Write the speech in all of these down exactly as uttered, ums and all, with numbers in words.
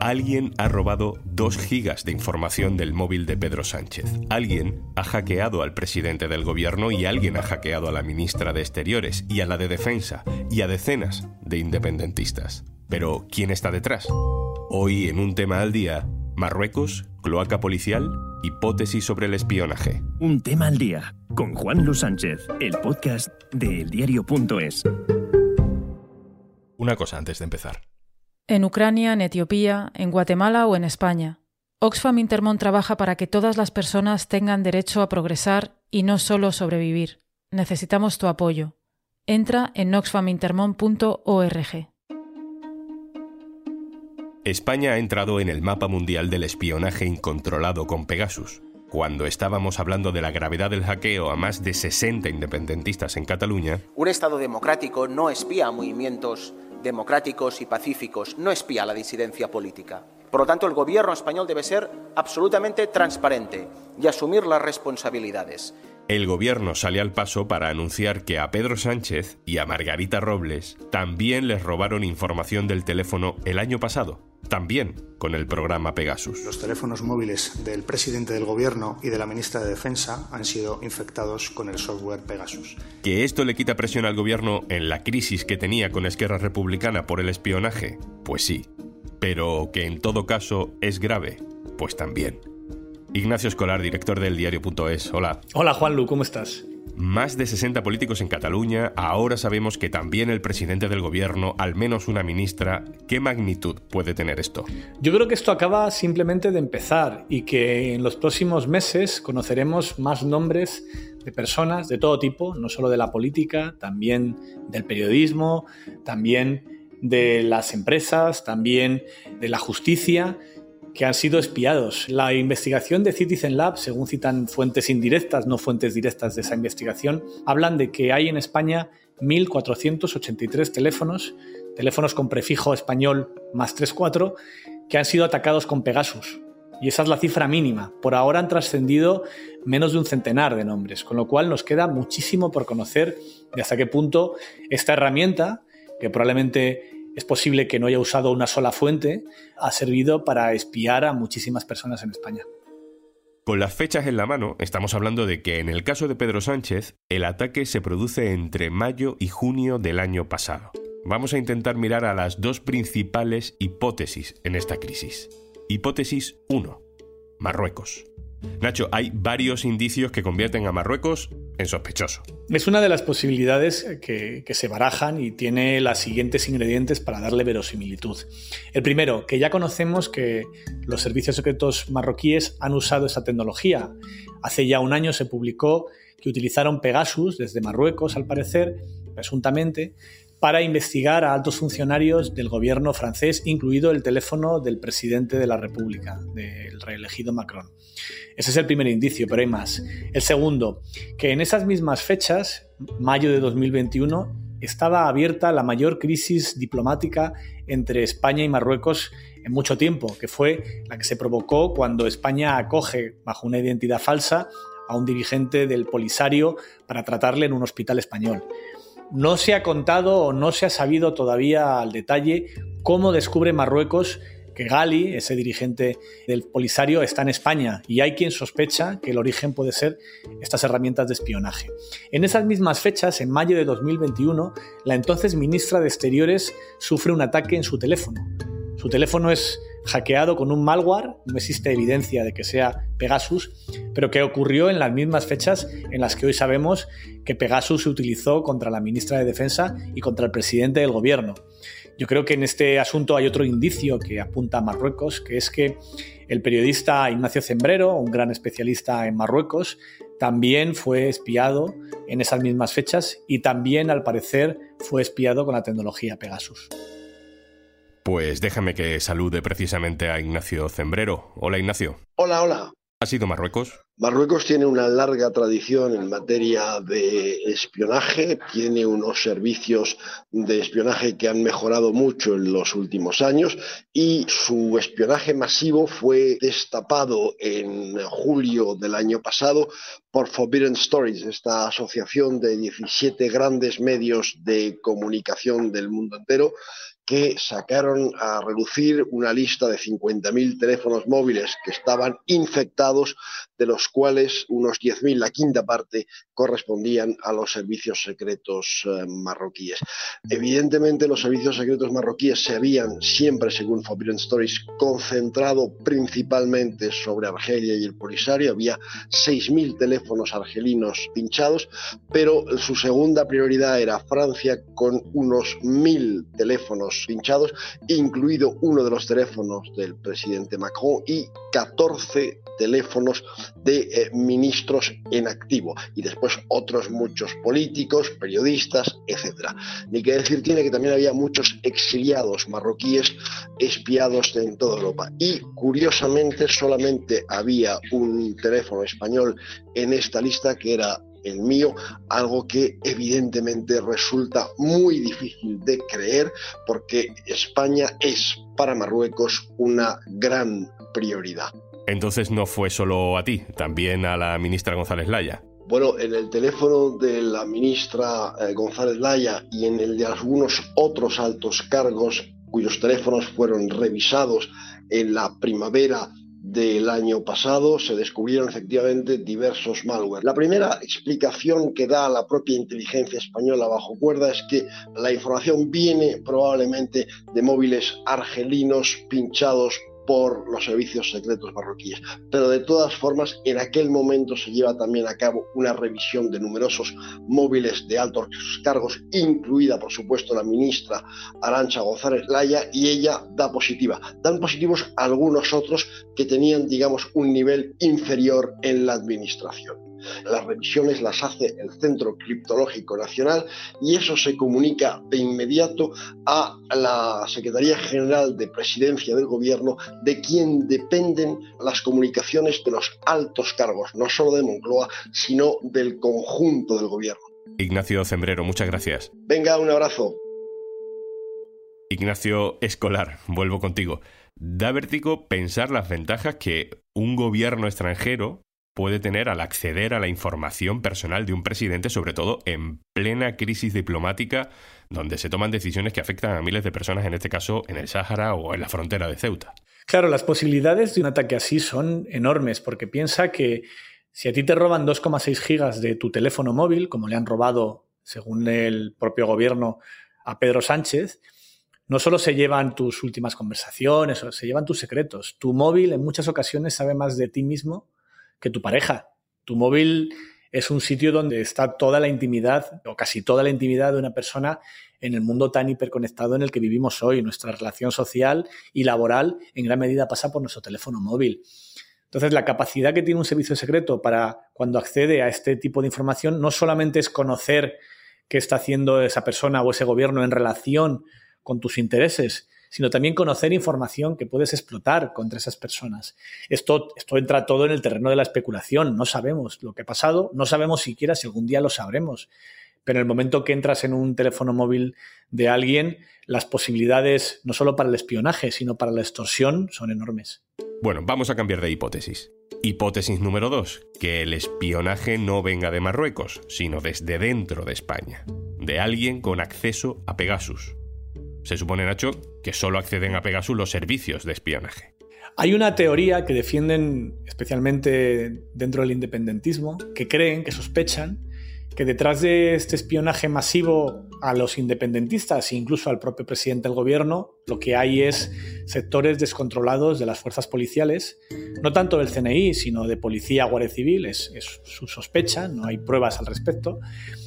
Alguien ha robado dos gigas de información del móvil de Pedro Sánchez. Alguien ha hackeado al presidente del gobierno y alguien ha hackeado a la ministra de Exteriores y a la de Defensa y a decenas de independentistas. Pero, ¿quién está detrás? Hoy, en un tema al día, Marruecos, cloaca policial, hipótesis sobre el espionaje. Un tema al día, con Juan Luis Sánchez, el podcast de eldiario punto es. Una cosa antes de empezar. En Ucrania, en Etiopía, en Guatemala o en España, Oxfam Intermón trabaja para que todas las personas tengan derecho a progresar y no solo sobrevivir. Necesitamos tu apoyo. Entra en oxfam intermón punto org. España ha entrado en el mapa mundial del espionaje incontrolado con Pegasus. Cuando estábamos hablando de la gravedad del hackeo a más de sesenta independentistas en Cataluña... Un Estado democrático no espía a movimientos democráticos y pacíficos, no espía a la disidencia política. Por lo tanto, el gobierno español debe ser absolutamente transparente y asumir las responsabilidades. El gobierno sale al paso para anunciar que a Pedro Sánchez y a Margarita Robles también les robaron información del teléfono el año pasado, también con el programa Pegasus. Los teléfonos móviles del presidente del gobierno y de la ministra de Defensa han sido infectados con el software Pegasus. ¿Que esto le quita presión al gobierno en la crisis que tenía con Esquerra Republicana por el espionaje? Pues sí. Pero que en todo caso es grave, pues también. Ignacio Escolar, director del eldiario punto es. Hola. Hola, Juanlu, ¿cómo estás? Más de sesenta políticos en Cataluña. Ahora sabemos que también el presidente del gobierno, al menos una ministra. ¿Qué magnitud puede tener esto? Yo creo que esto acaba simplemente de empezar y que en los próximos meses conoceremos más nombres de personas de todo tipo, no solo de la política, también del periodismo, también de las empresas, también de la justicia, que han sido espiados. La investigación de Citizen Lab, según citan fuentes indirectas, no fuentes directas de esa investigación, hablan de que hay en España mil cuatrocientos ochenta y tres teléfonos, teléfonos con prefijo español más treinta y cuatro, que han sido atacados con Pegasus. Y esa es la cifra mínima. Por ahora han trascendido menos de un centenar de nombres, con lo cual nos queda muchísimo por conocer de hasta qué punto esta herramienta, que probablemente es posible que no haya usado una sola fuente, ha servido para espiar a muchísimas personas en España. Con las fechas en la mano, estamos hablando de que en el caso de Pedro Sánchez, el ataque se produce entre mayo y junio del año pasado. Vamos a intentar mirar a las dos principales hipótesis en esta crisis. Hipótesis uno. Marruecos. Nacho, hay varios indicios que convierten a Marruecos en sospechoso. Es una de las posibilidades que, que se barajan y tiene los siguientes ingredientes para darle verosimilitud. El primero, que ya conocemos que los servicios secretos marroquíes han usado esta tecnología. Hace ya un año se publicó que utilizaron Pegasus desde Marruecos, al parecer, presuntamente, para investigar a altos funcionarios del gobierno francés, incluido el teléfono del presidente de la República, del reelegido Macron. Ese es el primer indicio, pero hay más. El segundo, que en esas mismas fechas, mayo de dos mil veintiuno, estaba abierta la mayor crisis diplomática entre España y Marruecos en mucho tiempo, que fue la que se provocó cuando España acoge, bajo una identidad falsa, a un dirigente del Polisario para tratarle en un hospital español. No se ha contado o no se ha sabido todavía al detalle cómo descubre Marruecos que Gali, ese dirigente del Polisario, está en España, y hay quien sospecha que el origen puede ser estas herramientas de espionaje. En esas mismas fechas, en mayo de dos mil veintiuno, la entonces ministra de Exteriores sufre un ataque en su teléfono. Su teléfono es hackeado con un malware, no existe evidencia de que sea Pegasus, pero que ocurrió en las mismas fechas en las que hoy sabemos que Pegasus se utilizó contra la ministra de Defensa y contra el presidente del gobierno. Yo creo que en este asunto hay otro indicio que apunta a Marruecos, que es que el periodista Ignacio Zembrero, un gran especialista en Marruecos, también fue espiado en esas mismas fechas y también, al parecer, fue espiado con la tecnología Pegasus. Pues déjame que salude precisamente a Ignacio Zembrero. Hola, Ignacio. Hola, hola. ¿Has ido a Marruecos? Marruecos tiene una larga tradición en materia de espionaje, tiene unos servicios de espionaje que han mejorado mucho en los últimos años y su espionaje masivo fue destapado en julio del año pasado por Forbidden Stories, esta asociación de diecisiete grandes medios de comunicación del mundo entero, que sacaron a relucir una lista de cincuenta mil teléfonos móviles que estaban infectados, de los cuales unos diez mil, la quinta parte, correspondían a los servicios secretos eh, marroquíes. Evidentemente, los servicios secretos marroquíes se habían siempre, según Forbidden Stories, concentrado principalmente sobre Argelia y el Polisario. Había seis mil teléfonos argelinos pinchados, pero su segunda prioridad era Francia, con unos mil teléfonos pinchados, incluido uno de los teléfonos del presidente Macron y catorce teléfonos de eh, ministros en activo, y después otros muchos políticos, periodistas, etcétera. Ni que decir tiene que también había muchos exiliados marroquíes espiados en toda Europa, y curiosamente solamente había un teléfono español en esta lista, que era el mío, algo que evidentemente resulta muy difícil de creer, porque España es para Marruecos una gran prioridad. Entonces no fue solo a ti, también a la ministra González Laya. Bueno, en el teléfono de la ministra eh, González Laya y en el de algunos otros altos cargos cuyos teléfonos fueron revisados en la primavera del año pasado, se descubrieron efectivamente diversos malware. La primera explicación que da la propia inteligencia española bajo cuerda es que la información viene probablemente de móviles argelinos pinchados por los servicios secretos marroquíes. Pero de todas formas, en aquel momento se lleva también a cabo una revisión de numerosos móviles de altos cargos, incluida, por supuesto, la ministra Arantxa González Laya, y ella da positiva. Dan positivos algunos otros que tenían, digamos, un nivel inferior en la administración. Las revisiones las hace el Centro Criptológico Nacional y eso se comunica de inmediato a la Secretaría General de Presidencia del Gobierno, de quien dependen las comunicaciones de los altos cargos, no solo de Moncloa, sino del conjunto del Gobierno. Ignacio Cembrero, muchas gracias. Venga, un abrazo. Ignacio Escolar, vuelvo contigo. Da vértigo pensar las ventajas que un gobierno extranjero puede tener al acceder a la información personal de un presidente, sobre todo en plena crisis diplomática, donde se toman decisiones que afectan a miles de personas, en este caso en el Sáhara o en la frontera de Ceuta. Claro, las posibilidades de un ataque así son enormes, porque piensa que si a ti te roban dos coma seis gigas de tu teléfono móvil, como le han robado, según el propio gobierno, a Pedro Sánchez, no solo se llevan tus últimas conversaciones, se llevan tus secretos. Tu móvil en muchas ocasiones sabe más de ti mismo que tu pareja. Tu móvil es un sitio donde está toda la intimidad, o casi toda la intimidad de una persona en el mundo tan hiperconectado en el que vivimos hoy. Nuestra relación social y laboral en gran medida pasa por nuestro teléfono móvil. Entonces, la capacidad que tiene un servicio secreto para, cuando accede a este tipo de información, no solamente es conocer qué está haciendo esa persona o ese gobierno en relación con tus intereses, sino también conocer información que puedes explotar contra esas personas. Esto, esto entra todo en el terreno de la especulación. No sabemos lo que ha pasado, no sabemos siquiera si algún día lo sabremos. Pero en el momento que entras en un teléfono móvil de alguien, las posibilidades, no solo para el espionaje, sino para la extorsión, son enormes. Bueno, vamos a cambiar de hipótesis. Hipótesis número dos, que el espionaje no venga de Marruecos, sino desde dentro de España, de alguien con acceso a Pegasus. Se supone, Nacho, que solo acceden a Pegasus los servicios de espionaje. Hay una teoría que defienden especialmente dentro del independentismo, que creen, que sospechan, que detrás de este espionaje masivo a los independentistas e incluso al propio presidente del gobierno, lo que hay es sectores descontrolados de las fuerzas policiales, no tanto del C N I, sino de policía, guardia civil, es, es su sospecha, no hay pruebas al respecto,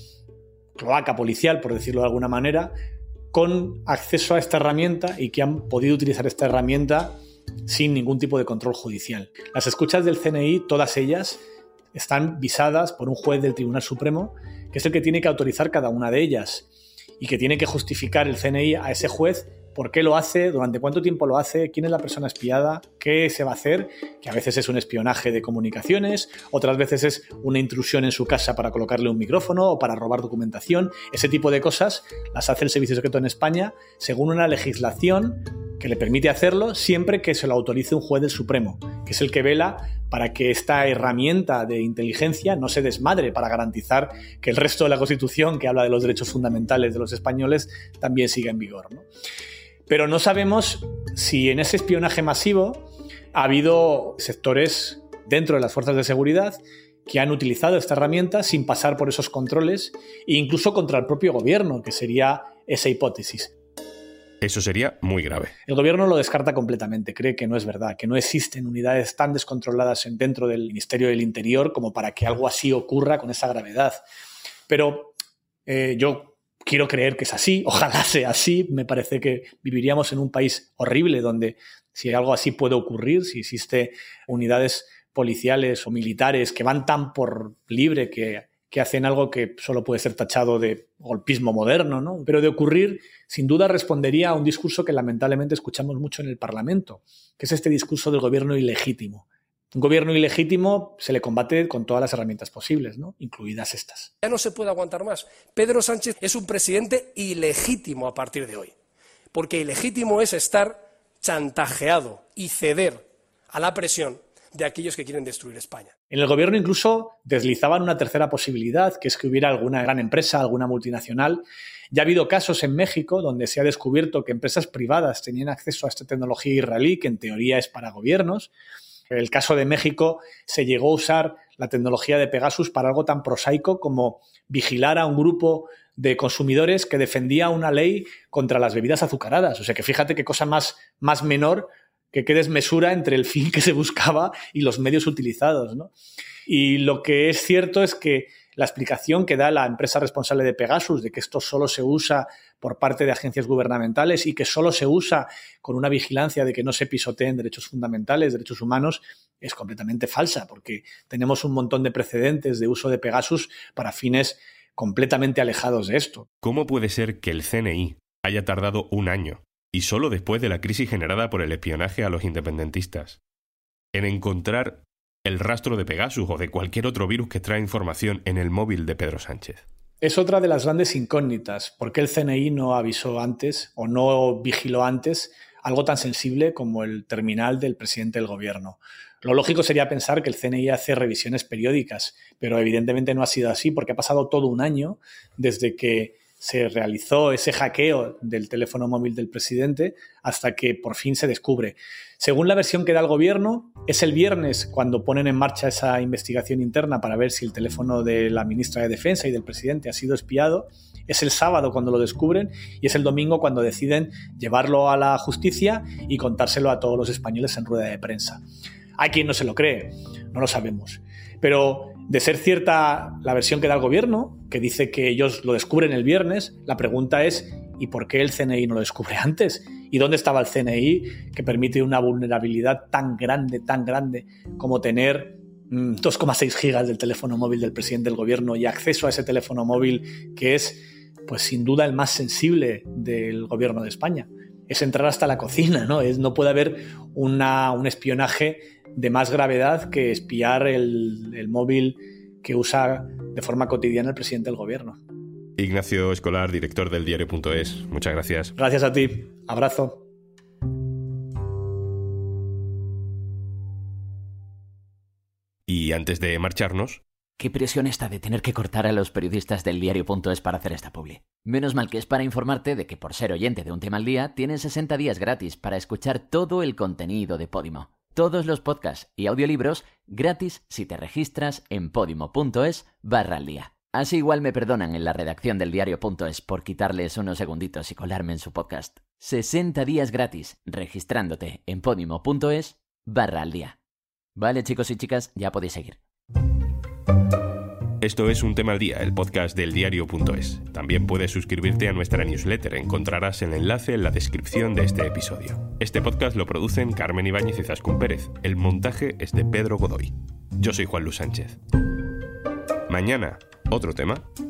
cloaca policial, por decirlo de alguna manera, con acceso a esta herramienta y que han podido utilizar esta herramienta sin ningún tipo de control judicial. Las escuchas del C N I, todas ellas, están visadas por un juez del Tribunal Supremo, que es el que tiene que autorizar cada una de ellas y que tiene que justificar el C N I a ese juez por qué lo hace, durante cuánto tiempo lo hace, quién es la persona espiada, qué se va a hacer, que a veces es un espionaje de comunicaciones, otras veces es una intrusión en su casa para colocarle un micrófono o para robar documentación. Ese tipo de cosas las hace el Servicio Secreto en España según una legislación que le permite hacerlo siempre que se lo autorice un juez del Supremo, que es el que vela para que esta herramienta de inteligencia no se desmadre, para garantizar que el resto de la Constitución, que habla de los derechos fundamentales de los españoles, también siga en vigor, ¿no? Pero no sabemos si en ese espionaje masivo ha habido sectores dentro de las fuerzas de seguridad que han utilizado esta herramienta sin pasar por esos controles e incluso contra el propio gobierno, que sería esa hipótesis. Eso sería muy grave. El gobierno lo descarta completamente, cree que no es verdad, que no existen unidades tan descontroladas dentro del Ministerio del Interior como para que algo así ocurra con esa gravedad. Pero eh, yo quiero creer que es así, ojalá sea así. Me parece que viviríamos en un país horrible donde si algo así puede ocurrir, si existe unidades policiales o militares que van tan por libre que... que hacen algo que solo puede ser tachado de golpismo moderno, ¿no? Pero de ocurrir, sin duda respondería a un discurso que lamentablemente escuchamos mucho en el Parlamento, que es este discurso del gobierno ilegítimo. Un gobierno ilegítimo se le combate con todas las herramientas posibles, ¿no? Incluidas estas. Ya no se puede aguantar más. Pedro Sánchez es un presidente ilegítimo a partir de hoy, porque ilegítimo es estar chantajeado y ceder a la presión de aquellos que quieren destruir España. En el gobierno incluso deslizaban una tercera posibilidad, que es que hubiera alguna gran empresa, alguna multinacional. Ya ha habido casos en México donde se ha descubierto que empresas privadas tenían acceso a esta tecnología israelí, que en teoría es para gobiernos. En el caso de México se llegó a usar la tecnología de Pegasus para algo tan prosaico como vigilar a un grupo de consumidores que defendía una ley contra las bebidas azucaradas. O sea que fíjate qué cosa más, más menor, que qué desmesura entre el fin que se buscaba y los medios utilizados, ¿no? Y lo que es cierto es que la explicación que da la empresa responsable de Pegasus de que esto solo se usa por parte de agencias gubernamentales y que solo se usa con una vigilancia de que no se pisoteen derechos fundamentales, derechos humanos, es completamente falsa, porque tenemos un montón de precedentes de uso de Pegasus para fines completamente alejados de esto. ¿Cómo puede ser que el C N I haya tardado un año, y solo después de la crisis generada por el espionaje a los independentistas, en encontrar el rastro de Pegasus o de cualquier otro virus que trae información en el móvil de Pedro Sánchez? Es otra de las grandes incógnitas. ¿Por qué el C N I no avisó antes o no vigiló antes algo tan sensible como el terminal del presidente del gobierno? Lo lógico sería pensar que el C N I hace revisiones periódicas, pero evidentemente no ha sido así porque ha pasado todo un año desde que se realizó ese hackeo del teléfono móvil del presidente hasta que por fin se descubre. Según la versión que da el gobierno, es el viernes cuando ponen en marcha esa investigación interna para ver si el teléfono de la ministra de Defensa y del presidente ha sido espiado. Es el sábado cuando lo descubren y es el domingo cuando deciden llevarlo a la justicia y contárselo a todos los españoles en rueda de prensa. Hay quien no se lo cree, no lo sabemos. Pero de ser cierta la versión que da el gobierno, que dice que ellos lo descubren el viernes, la pregunta es ¿y por qué el C N I no lo descubre antes? ¿Y dónde estaba el C N I que permite una vulnerabilidad tan grande, tan grande como tener mmm, dos coma seis gigas del teléfono móvil del presidente del gobierno y acceso a ese teléfono móvil que es, pues sin duda, el más sensible del gobierno de España? Es entrar hasta la cocina, ¿no? Es, no puede haber una, un espionaje de más gravedad que espiar el, el móvil que usa de forma cotidiana el presidente del gobierno. Ignacio Escolar, director del diario punto es. Muchas gracias. Gracias a ti. Abrazo. Y antes de marcharnos... Qué presión esta de tener que cortar a los periodistas del diario punto es para hacer esta publi. Menos mal que es para informarte de que por ser oyente de Un Tema al Día tienes sesenta días gratis para escuchar todo el contenido de Podimo. Todos los podcasts y audiolibros gratis si te registras en podimo.es barra al día. Así igual me perdonan en la redacción del diario punto es por quitarles unos segunditos y colarme en su podcast. sesenta días gratis registrándote en podimo.es barra al día. Vale, chicos y chicas, ya podéis seguir. Esto es Un Tema al Día, el podcast del diario punto es. También puedes suscribirte a nuestra newsletter. Encontrarás el enlace en la descripción de este episodio. Este podcast lo producen Carmen Ibáñez y Zaskun Pérez. El montaje es de Pedro Godoy. Yo soy Juan Luis Sánchez. Mañana, otro tema.